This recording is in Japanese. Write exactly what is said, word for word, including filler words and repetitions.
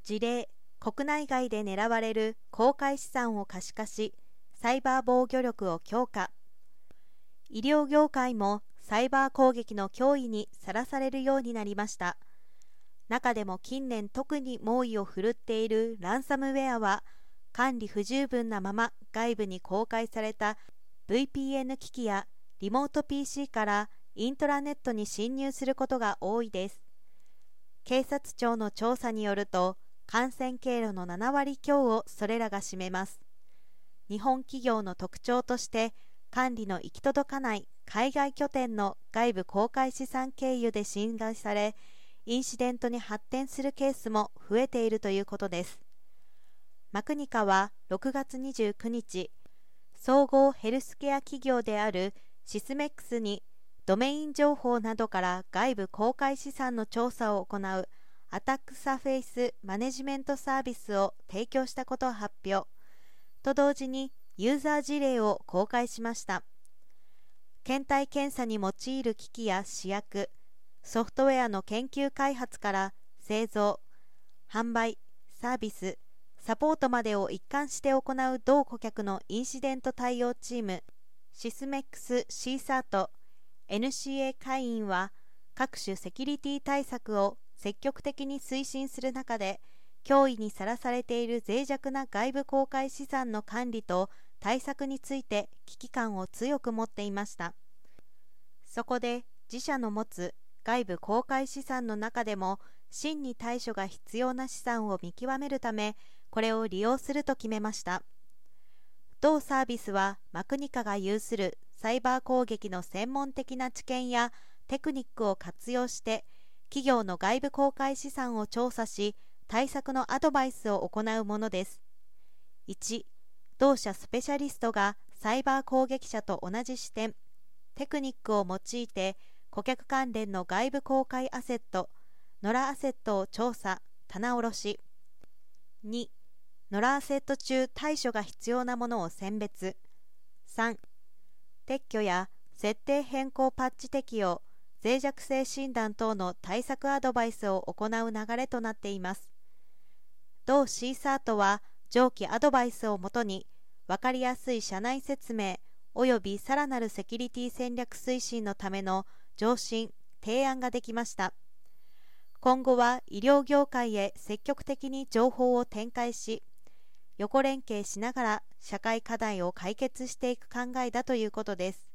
事例、国内外で狙われる公開資産を可視化し、サイバー防御力を強化。医療業界もサイバー攻撃の脅威にさらされるようになりました。中でも近年特に猛威を振るっているランサムウェアは、管理不十分なまま外部に公開された ブイピーエヌ 機器やリモート ピーシー からイントラネットに侵入することが多いです。警察庁の調査によると、感染経路のななわり強をそれらが占めます。日本企業の特徴として、管理の行き届かない海外拠点の外部公開資産経由で侵害され、インシデントに発展するケースも増えているということです。マクニカはろくがつにじゅうくにち、総合ヘルスケア企業であるシスメックスにドメイン情報などから外部公開資産の調査を行うアタックサフェイスマネジメントサービスを提供したことを発表と同時にユーザー事例を公開しました。検体検査に用いる機器や試薬、ソフトウェアの研究開発から製造、販売、サービス、サポートまでを一貫して行う同顧客のインシデント対応チーム、シスメックス シーサー と エヌシーエー 会員は各種セキュリティ対策を積極的に推進する中で、脅威にさらされている脆弱な外部公開資産の管理と対策について危機感を強く持っていました。そこで自社の持つ外部公開資産の中でも真に対処が必要な資産を見極めるため、これを利用すると決めました。同サービスはマクニカが有するサイバー攻撃の専門的な知見やテクニックを活用して企業の外部公開資産を調査し、対策のアドバイスを行うものです。いち. 同社スペシャリストがサイバー攻撃者と同じ視点、テクニックを用いて顧客関連の外部公開アセット、ノラアセットを調査、棚卸し。に. ノラアセット中対処が必要なものを選別。さん. 撤去や設定変更パッチ適用、脆弱性診断等の対策アドバイスを行う流れとなっています。同 シーサー トは上記アドバイスをもとに分かりやすい社内説明およびさらなるセキュリティ戦略推進のための上申・提案ができました。今後は医療業界へ積極的に情報を展開し、横連携しながら社会課題を解決していく考えだということです。